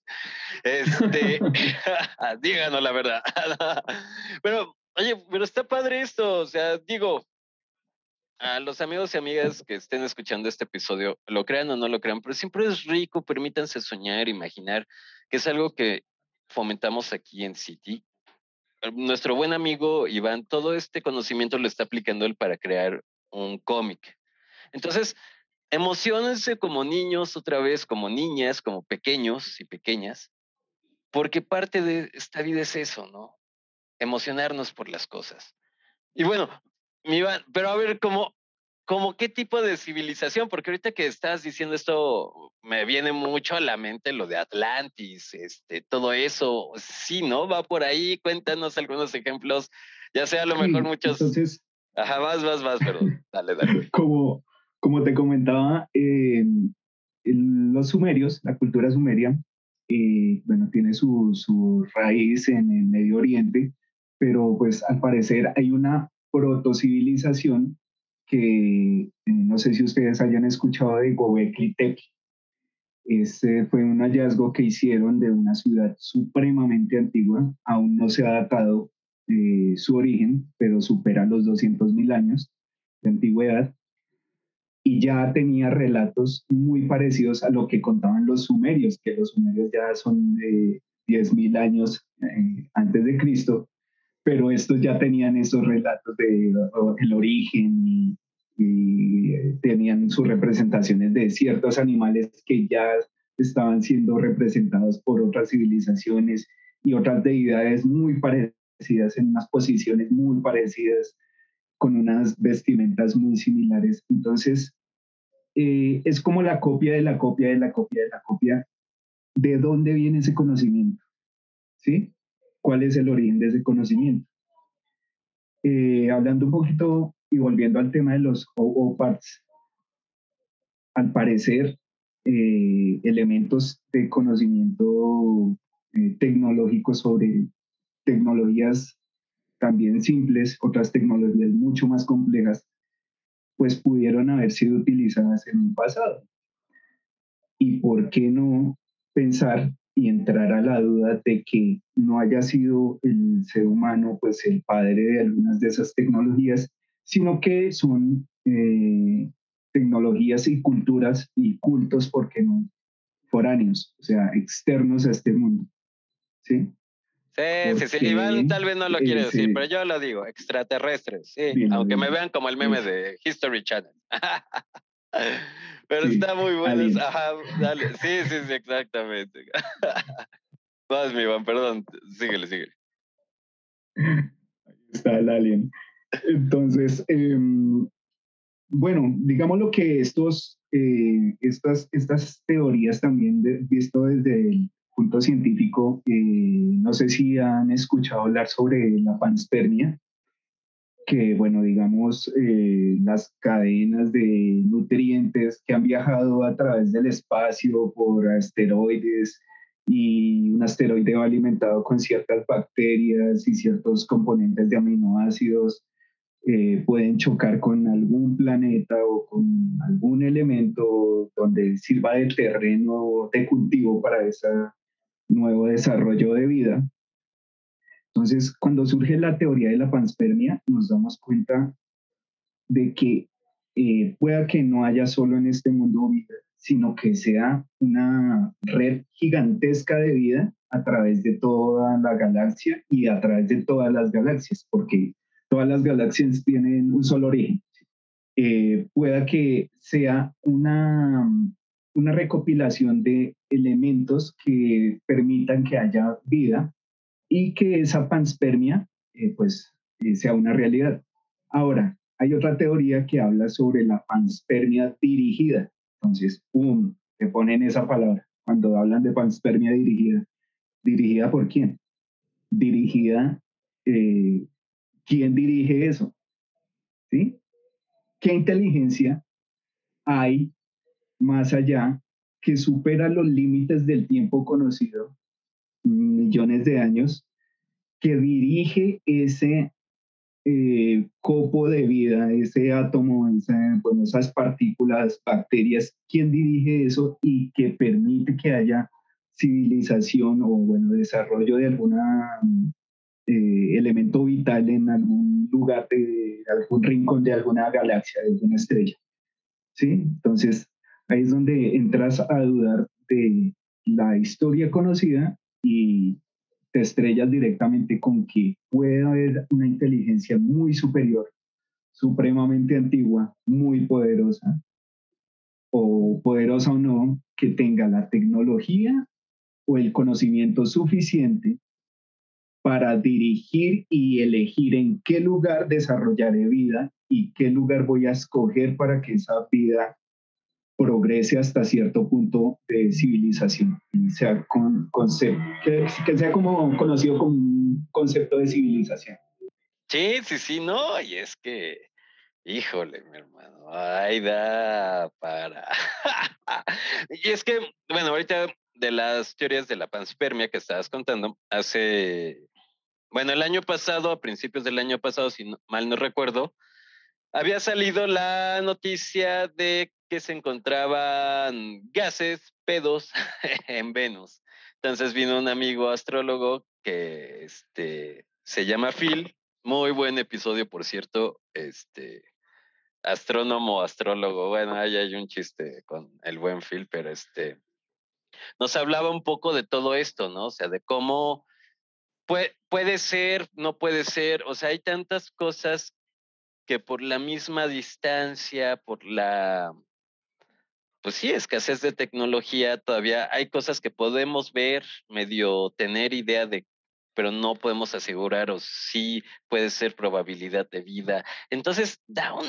Díganos la verdad. Pero, oye, pero está padre esto, o sea, digo, a los amigos y amigas que estén escuchando este episodio, lo crean o no lo crean, pero siempre es rico, permítanse soñar, imaginar, que es algo que fomentamos aquí en City. Nuestro buen amigo Iván, todo este conocimiento lo está aplicando él para crear un cómic. Entonces, emociónense como niños, otra vez como niñas, como pequeños y pequeñas, porque parte de esta vida es eso, ¿no? Emocionarnos por las cosas. Y bueno, mi Iván, pero a ver, ¿cómo qué tipo de civilización? Porque ahorita que estás diciendo esto, me viene mucho a la mente lo de Atlantis, todo eso. Sí, ¿no? Va por ahí, cuéntanos algunos ejemplos, ya sea a lo mejor sí, muchos. entonces, Ajá, vas, perdón. Dale. como te comentaba, los sumerios, la cultura sumeria, bueno, tiene su raíz en el Medio Oriente, pero pues al parecer hay una protocivilización que no sé si ustedes hayan escuchado de Göbekli Tepe. Este fue un hallazgo que hicieron de una ciudad supremamente antigua, aún no se ha datado su origen, pero supera los 200.000 años. de antigüedad, y ya tenía relatos muy parecidos a lo que contaban los sumerios, que los sumerios ya son 10.000 años antes de Cristo, pero estos ya tenían esos relatos de el origen y tenían sus representaciones de ciertos animales que ya estaban siendo representados por otras civilizaciones y otras deidades muy parecidas, en unas posiciones muy parecidas, con unas vestimentas muy similares. Entonces, es como la copia de la copia de la copia de la copia. ¿De dónde viene ese conocimiento? ¿Sí? ¿Cuál es el origen de ese conocimiento? Hablando un poquito y volviendo al tema de los OOPARTs, al parecer, elementos de conocimiento tecnológico sobre tecnologías también simples, otras tecnologías mucho más complejas, pues pudieron haber sido utilizadas en un pasado. ¿Y por qué no pensar y entrar a la duda de que no haya sido el ser humano pues el padre de algunas de esas tecnologías, sino que son tecnologías y culturas y cultos, ¿por qué no? Foráneos, o sea, externos a este mundo, ¿sí? Sí. Iván tal vez no lo quiere decir, pero yo lo digo, extraterrestres, sí. Bien, aunque me vean como el meme de History Channel. Pero sí, está muy bueno. Ajá, dale. Sí, exactamente. Vas, mi Iván, perdón. Síguele. Ahí está el alien. Entonces, bueno, digamos lo que estas teorías también, visto desde el punto científico, no sé si han escuchado hablar sobre la panspermia, que, bueno, digamos, las cadenas de nutrientes que han viajado a través del espacio por asteroides, y un asteroide va alimentado con ciertas bacterias y ciertos componentes de aminoácidos, pueden chocar con algún planeta o con algún elemento donde sirva de terreno de cultivo para ese nuevo desarrollo de vida. Entonces, cuando surge la teoría de la panspermia, nos damos cuenta de que pueda que no haya solo en este mundo vida, sino que sea una red gigantesca de vida a través de toda la galaxia y a través de todas las galaxias, porque todas las galaxias tienen un solo origen. Pueda que sea una recopilación de elementos que permitan que haya vida y que esa panspermia sea una realidad. Ahora, hay otra teoría que habla sobre la panspermia dirigida. Entonces, ¡pum!, te ponen esa palabra cuando hablan de panspermia dirigida. ¿Dirigida por quién? Dirigida, ¿quién dirige eso? ¿Sí? ¿Qué inteligencia hay más allá que supera los límites del tiempo conocido, millones de años, que dirige ese copo de vida, ese átomo, esas partículas, bacterias? ¿Quién dirige eso y que permite que haya civilización o, bueno, desarrollo de alguna elemento vital en algún lugar de algún rincón de alguna galaxia, de alguna estrella? ¿Sí? Entonces, ahí es donde entras a dudar de la historia conocida y te estrellas directamente con que puede haber una inteligencia muy superior, supremamente antigua, muy poderosa, o poderosa o no, que tenga la tecnología o el conocimiento suficiente para dirigir y elegir en qué lugar desarrollaré vida y qué lugar voy a escoger para que esa vida progrese hasta cierto punto de civilización, y sea que sea como conocido como un concepto de civilización. Sí, no, y es que, híjole, mi hermano, ahí da para... Y es que, bueno, ahorita de las teorías de la panspermia que estabas contando, el año pasado, a principios del año pasado, si mal no recuerdo, había salido la noticia de que se encontraban gases, pedos en Venus. Entonces vino un amigo astrólogo que se llama Phil. Muy buen episodio, por cierto. astrónomo, astrólogo. Bueno, ahí hay un chiste con el buen Phil, pero nos hablaba un poco de todo esto, ¿no? O sea, de cómo puede ser, no puede ser. O sea, hay tantas cosas que por la misma distancia, pues sí, escasez de tecnología, todavía hay cosas que podemos ver, medio tener idea de, pero no podemos asegurar o sí puede ser probabilidad de vida. Entonces,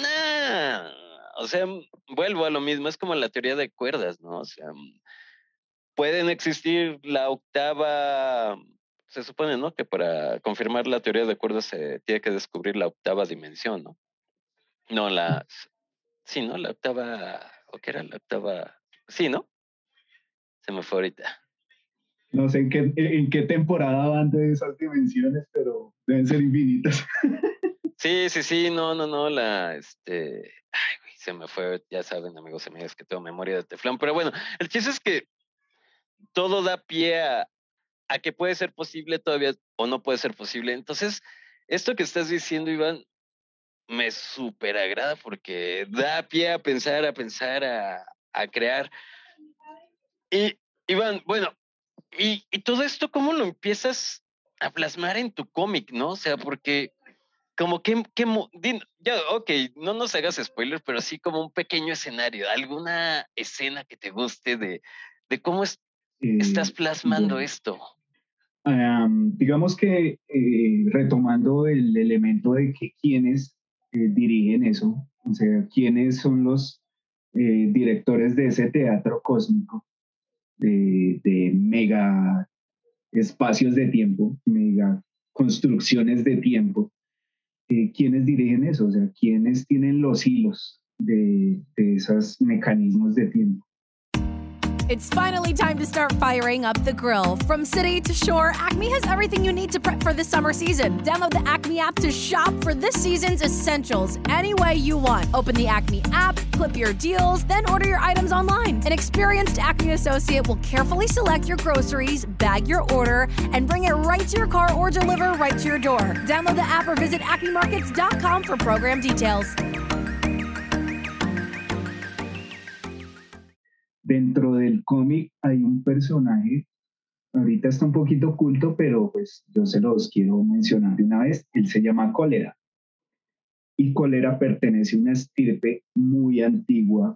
o sea, vuelvo a lo mismo, es como la teoría de cuerdas, ¿no? O sea, pueden existir la octava, se supone, ¿no? Que para confirmar la teoría de cuerdas se tiene que descubrir la octava dimensión, ¿no? No, sí, ¿no? La octava, ¿o qué era la octava? Sí, ¿no? Se me fue ahorita. No sé en qué temporada van de esas dimensiones, pero deben ser infinitas. Sí, no, ay, güey, se me fue, ya saben, amigos y amigas, que tengo memoria de teflón, pero bueno, el chiste es que todo da pie a que puede ser posible todavía o no puede ser posible. Entonces, esto que estás diciendo, Iván, me súper agrada porque da pie a crear. Y, Iván, bueno, y todo esto, ¿cómo lo empiezas a plasmar en tu cómic, no? O sea, porque como que, ya, ok, no nos hagas spoilers, pero sí como un pequeño escenario, alguna escena que te guste de cómo estás plasmando Bueno, esto. digamos que retomando el elemento de que quienes dirigen eso, o sea, quiénes son los directores de ese teatro cósmico, de mega espacios de tiempo, mega construcciones de tiempo, quiénes dirigen eso, o sea, quiénes tienen los hilos de esos mecanismos de tiempo. It's finally time to start firing up the grill. From city to shore, Acme has everything you need to prep for the summer season. Download the Acme app to shop for this season's essentials any way you want. Open the Acme app, clip your deals, then order your items online. An experienced Acme associate will carefully select your groceries, bag your order, and bring it right to your car or deliver right to your door. Download the app or visit acmemarkets.com for program details. Dentro del cómic hay un personaje, ahorita está un poquito oculto, pero pues yo se los quiero mencionar de una vez. Él se llama Cólera. Y Cólera pertenece a una estirpe muy antigua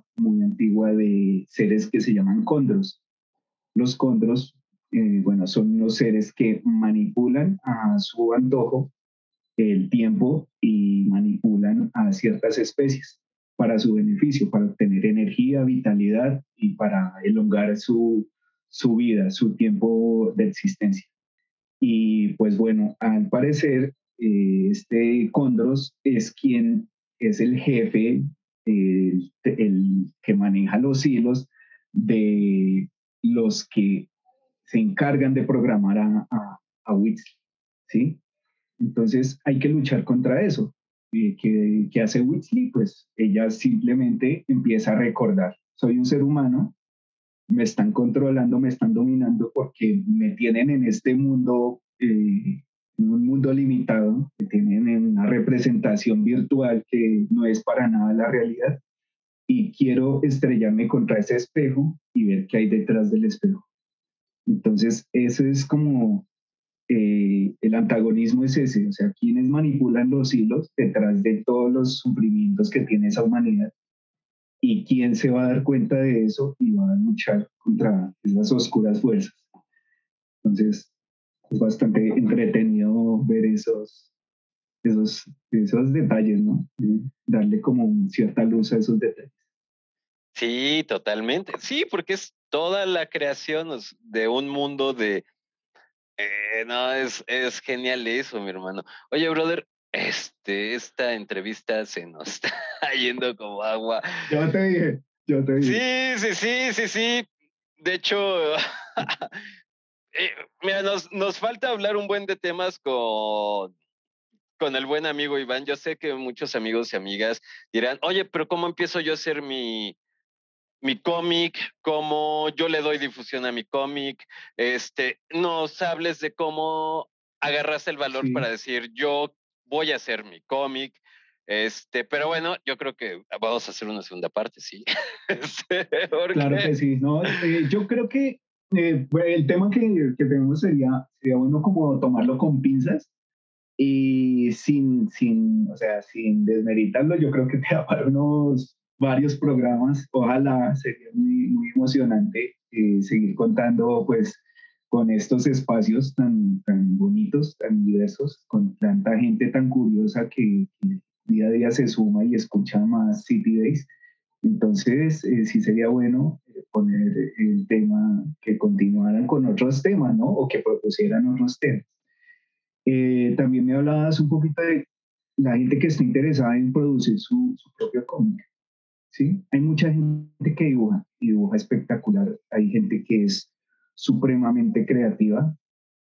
de seres que se llaman condros. Los condros, bueno, son unos seres que manipulan a su antojo el tiempo y manipulan a ciertas especies para su beneficio, para obtener energía, vitalidad y para elongar su vida, su tiempo de existencia. Y pues bueno, al parecer, este Condros es quien es el jefe, el que maneja los hilos de los que se encargan de programar a Weasley, ¿sí? Entonces hay que luchar contra eso. ¿Qué hace Weasley? Pues ella simplemente empieza a recordar, soy un ser humano, me están controlando, me están dominando porque me tienen en este mundo, en un mundo limitado, me tienen en una representación virtual que no es para nada la realidad y quiero estrellarme contra ese espejo y ver qué hay detrás del espejo. Entonces, eso es como el antagonismo es ese, o sea, quienes manipulan los hilos detrás de todos los sufrimientos que tiene esa humanidad y quién se va a dar cuenta de eso y va a luchar contra esas oscuras fuerzas. Entonces, es bastante entretenido ver esos detalles, ¿no? Darle como cierta luz a esos detalles. Sí, totalmente. Sí, porque es toda la creación de un mundo no, es genial eso, mi hermano. Oye, brother, esta entrevista se nos está yendo como agua. Yo te dije. Sí. De hecho, mira, nos falta hablar un buen de temas con el buen amigo Iván. Yo sé que muchos amigos y amigas dirán, oye, pero ¿cómo empiezo yo a hacer mi cómic? ¿Cómo yo le doy difusión a mi cómic? Nos hables de cómo agarras el valor para decir, yo voy a hacer mi cómic. Pero bueno, yo creo que vamos a hacer una segunda parte, sí. Claro que sí, no, yo creo que el tema que tenemos sería bueno como tomarlo con pinzas y o sea, sin desmeritarlo, yo creo que te da para unos varios programas. Ojalá sería muy emocionante seguir contando pues con estos espacios tan bonitos, tan diversos, con tanta gente tan curiosa que día a día se suma y escucha más City Days. Entonces, sí sería bueno poner el tema, que continuaran con otros temas, ¿no? O que propusieran otros temas. También me hablabas un poquito de la gente que está interesada en producir su propio cómic, ¿sí? Hay mucha gente que dibuja y dibuja espectacular. Hay gente que es supremamente creativa,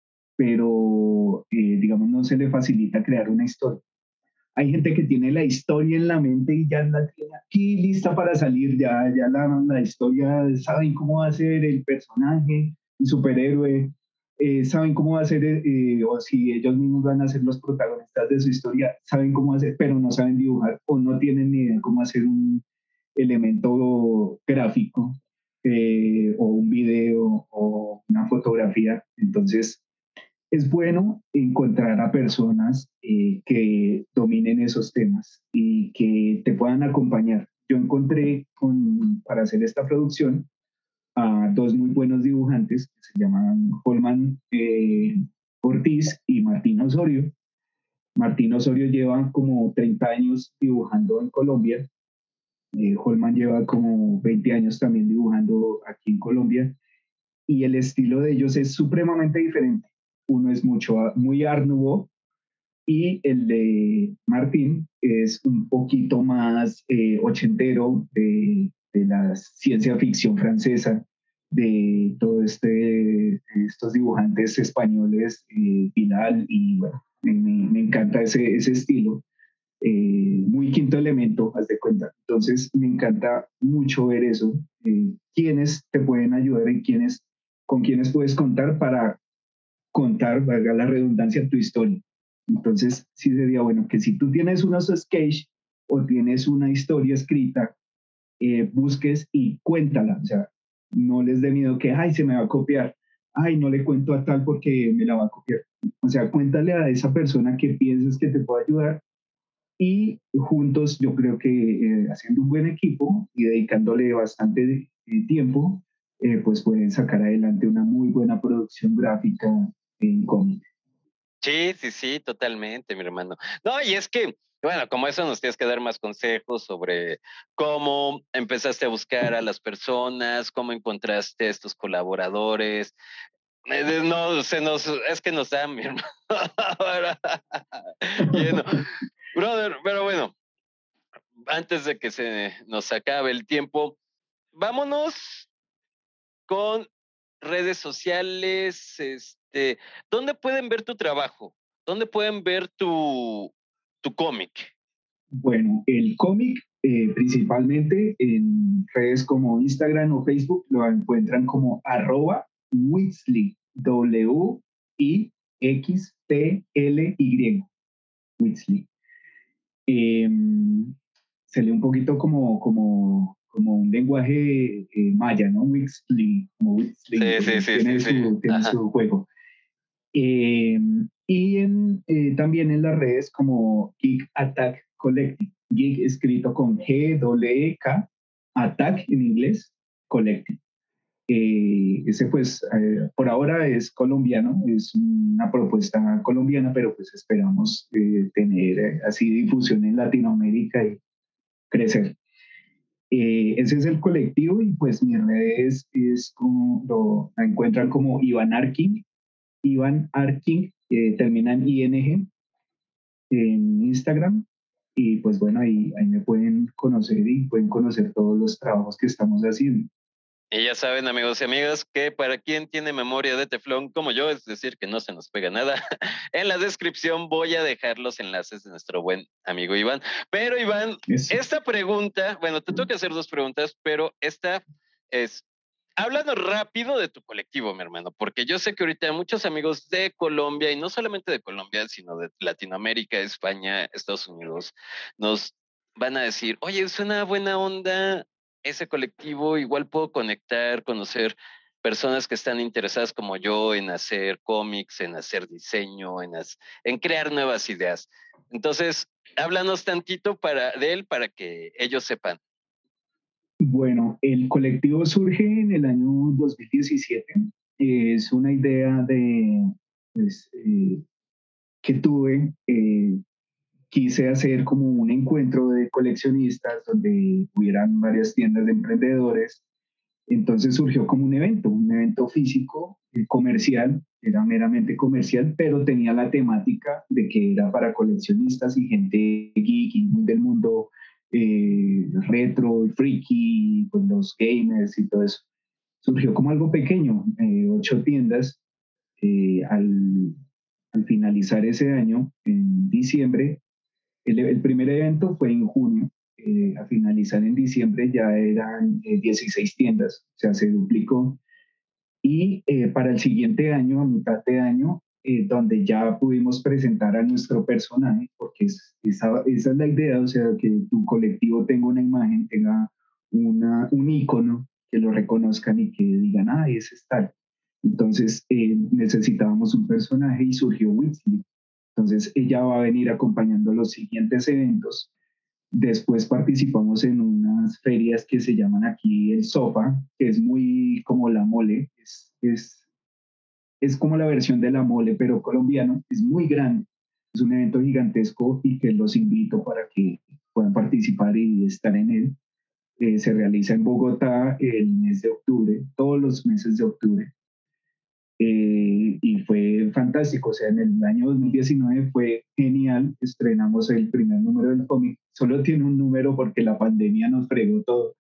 pero, digamos, no se le facilita crear una historia. Hay gente que tiene la historia en la mente y ya la tiene aquí lista para salir, ya la historia, saben cómo va a ser el personaje, el superhéroe, saben cómo va a ser, o si ellos mismos van a ser los protagonistas de su historia, saben cómo hacer, pero no saben dibujar o no tienen ni idea cómo hacer un elemento gráfico, o un video o una fotografía. Entonces, es bueno encontrar a personas que dominen esos temas y que te puedan acompañar. Yo encontré para hacer esta producción a dos muy buenos dibujantes que se llaman Holman Ortiz y Martín Osorio. Martín Osorio lleva como 30 años dibujando en Colombia. Holman lleva como 20 años también dibujando aquí en Colombia, y el estilo de ellos es supremamente diferente. Uno es muy Art Nouveau y el de Martín es un poquito más ochentero, de la ciencia ficción francesa, de estos dibujantes españoles, Vidal, y bueno, me encanta ese estilo. Muy Quinto Elemento, haz de cuenta. Entonces, me encanta mucho ver eso. Quiénes te pueden ayudar y con quiénes puedes contar para contar, valga la redundancia, tu historia. Entonces, sí sería bueno que si tú tienes unos sketch o tienes una historia escrita, busques y cuéntala. O sea, no les dé miedo que, ay, se me va a copiar. Ay, no le cuento a tal porque me la va a copiar. O sea, cuéntale a esa persona que pienses que te puede ayudar, y juntos yo creo que haciendo un buen equipo y dedicándole bastante tiempo, pues pueden sacar adelante una muy buena producción gráfica en cómic. Sí, totalmente, mi hermano. No, y es que, bueno, como eso nos tienes que dar más consejos sobre cómo empezaste a buscar a las personas, cómo encontraste a estos colaboradores. No, es que nos da, mi hermano. Ahora, lleno. Brother, pero bueno, antes de que se nos acabe el tiempo, vámonos con redes sociales. ¿Dónde pueden ver tu trabajo? ¿Dónde pueden ver tu cómic? Bueno, el cómic principalmente en redes como Instagram o Facebook lo encuentran como @Wixly, WIXTLY, Wixly. Se lee un poquito como un lenguaje maya, ¿no? Wixly, como Wixly, tiene su juego. Y también en las redes como Geek Attack Collective, Geek escrito con G-E-K, Attack en inglés, Collective. Ese pues por ahora es colombiano, es una propuesta colombiana, pero pues esperamos tener así difusión en Latinoamérica y crecer. Ese es el colectivo, y pues mis redes lo encuentran como Iván Arking, termina en ING en Instagram, y pues bueno, ahí me pueden conocer y pueden conocer todos los trabajos que estamos haciendo. Y ya saben, amigos y amigas, que para quien tiene memoria de teflón como yo, es decir, que no se nos pega nada, en la descripción voy a dejar los enlaces de nuestro buen amigo Iván. Pero Iván, esta pregunta, bueno, te tengo que hacer dos preguntas, pero esta es háblanos rápido de tu colectivo, mi hermano, porque yo sé que ahorita hay muchos amigos de Colombia, y no solamente de Colombia, sino de Latinoamérica, España, Estados Unidos, nos van a decir, oye, es una buena onda ese colectivo, igual puedo conectar, conocer personas que están interesadas como yo en hacer cómics, en hacer diseño, en crear nuevas ideas. Entonces, háblanos tantito de él para que ellos sepan. Bueno, el colectivo surge en el año 2017. Es una idea pues, que tuve. Quise hacer como un encuentro de coleccionistas donde hubieran varias tiendas de emprendedores. Entonces surgió como un evento físico, comercial, era meramente comercial, pero tenía la temática de que era para coleccionistas y gente geek y del mundo retro, friki, pues los gamers y todo eso. Surgió como algo pequeño, 8 tiendas. Al finalizar ese año, en diciembre, el primer evento fue en junio. A finalizar en diciembre ya eran 16 tiendas, o sea, se duplicó. Y para el siguiente año, a mitad de año, donde ya pudimos presentar a nuestro personaje, porque esa es la idea, o sea, que tu colectivo tenga una imagen, tenga un icono, que lo reconozcan y que digan, ese es tal. Entonces necesitábamos un personaje y surgió Whitsley. Entonces ella va a venir acompañando los siguientes eventos. Después participamos en unas ferias que se llaman aquí el SOFA, que es muy como la mole, es como la versión de la mole, pero colombiano, es muy grande, es un evento gigantesco y que los invito para que puedan participar y estar en él. Se realiza en Bogotá el mes de octubre, todos los meses de octubre. Y fue fantástico, o sea, en el año 2019 fue genial, estrenamos el primer número del cómic, solo tiene un número porque la pandemia nos fregó todo.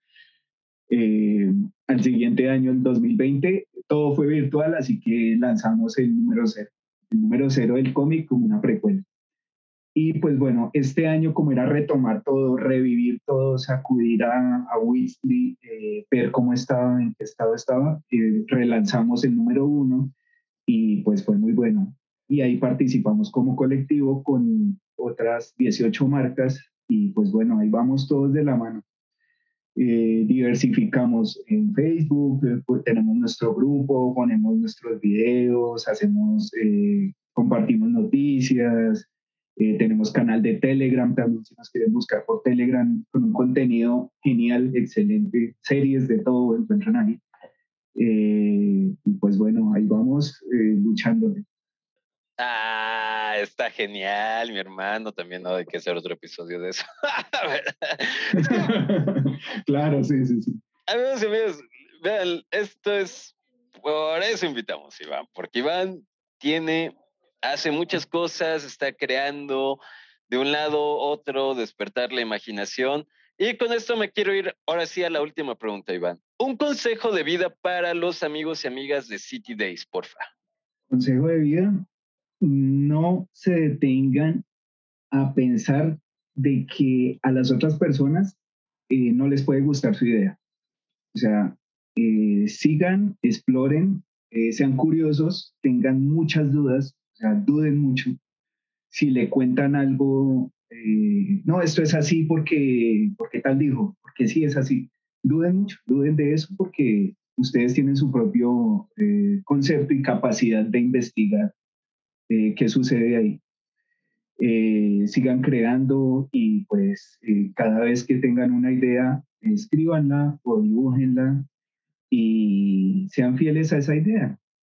Al siguiente año, el 2020, todo fue virtual, así que lanzamos el número 0 del cómic como una precuela. Y pues bueno, este año como era retomar todo, revivir todo, sacudir a Weasley, ver cómo estaba, en qué estado estaba, relanzamos el número 1 y pues fue muy bueno. Y ahí participamos como colectivo con otras 18 marcas y pues bueno, ahí vamos todos de la mano. Diversificamos en Facebook, pues tenemos nuestro grupo, ponemos nuestros videos, compartimos noticias, tenemos canal de Telegram también, si nos quieren buscar por Telegram, con un contenido genial, excelente, series de todo encuentran ahí. Y pues bueno, ahí vamos luchándole. Está genial, mi hermano. También no hay que hacer otro episodio de eso. Claro, sí. Amigos y amigos, vean, esto es, por eso invitamos a Iván, porque Iván hace muchas cosas, está creando de un lado otro, despertar la imaginación. Y con esto me quiero ir ahora sí a la última pregunta, Iván. Un consejo de vida para los amigos y amigas de City Days, porfa. Consejo de vida: no se detengan a pensar de que a las otras personas no les puede gustar su idea. O sea, sigan, exploren, sean curiosos, tengan muchas dudas, o sea, duden mucho. Si le cuentan algo, no, esto es así porque tal dijo, porque sí es así. Duden mucho, duden de eso porque ustedes tienen su propio concepto y capacidad de investigar qué sucede ahí. Sigan creando y pues cada vez que tengan una idea, escríbanla o dibújenla y sean fieles a esa idea.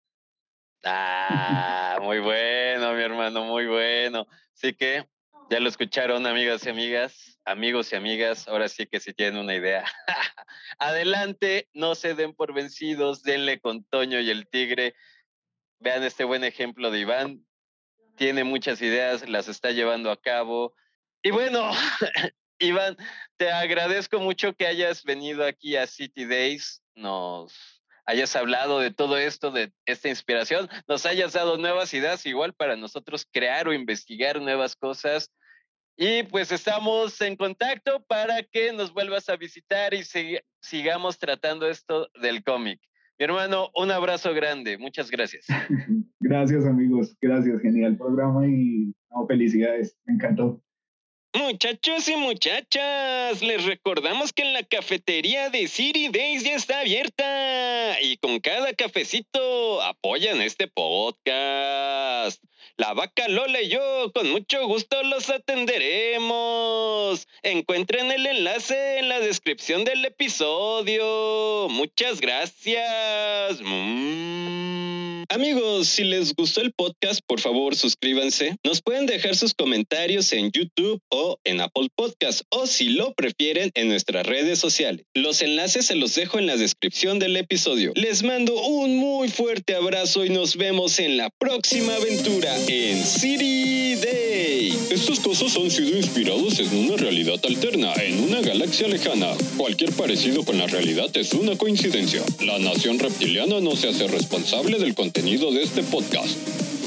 Muy bueno, mi hermano, muy bueno. Así que ya lo escucharon, amigas y amigas, amigos y amigas. Ahora sí que si tienen una idea, adelante, no se den por vencidos, denle con Toño y el Tigre. Vean este buen ejemplo de Iván. Tiene muchas ideas, las está llevando a cabo. Y bueno, Iván, te agradezco mucho que hayas venido aquí a City Days, nos hayas hablado de todo esto, de esta inspiración, nos hayas dado nuevas ideas igual para nosotros crear o investigar nuevas cosas. Y pues estamos en contacto para que nos vuelvas a visitar y sigamos tratando esto del cómic. Mi hermano, un abrazo grande. Muchas gracias. Gracias, amigos. Gracias. Genial programa y felicidades. Me encantó. Muchachos y muchachas, les recordamos que la cafetería de City Days ya está abierta y con cada cafecito apoyan este podcast. La vaca Lola y yo con mucho gusto los atenderemos. Encuentren el enlace en la descripción del episodio. Muchas gracias. Amigos, si les gustó el podcast, por favor suscríbanse. Nos pueden dejar sus comentarios en YouTube o en Apple Podcast, o si lo prefieren, en nuestras redes sociales. Los enlaces se los dejo en la descripción del episodio. Les mando un muy fuerte abrazo y nos vemos en la próxima aventura en City Day. Estos casos han sido inspirados en una realidad alterna, en una galaxia lejana. Cualquier parecido con la realidad es una coincidencia. La nación reptiliana no se hace responsable del contenido de este podcast.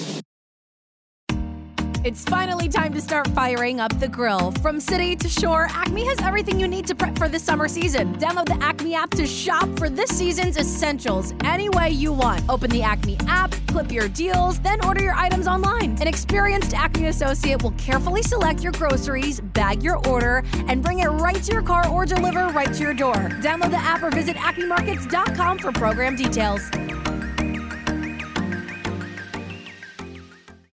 It's finally time to start firing up the grill. From city to shore, Acme has everything you need to prep for this summer season. Download the Acme app to shop for this season's essentials any way you want. Open the Acme app, clip your deals, then order your items online. An experienced Acme associate will carefully select your groceries, bag your order, and bring it right to your car or deliver right to your door. Download the app or visit acmemarkets.com for program details.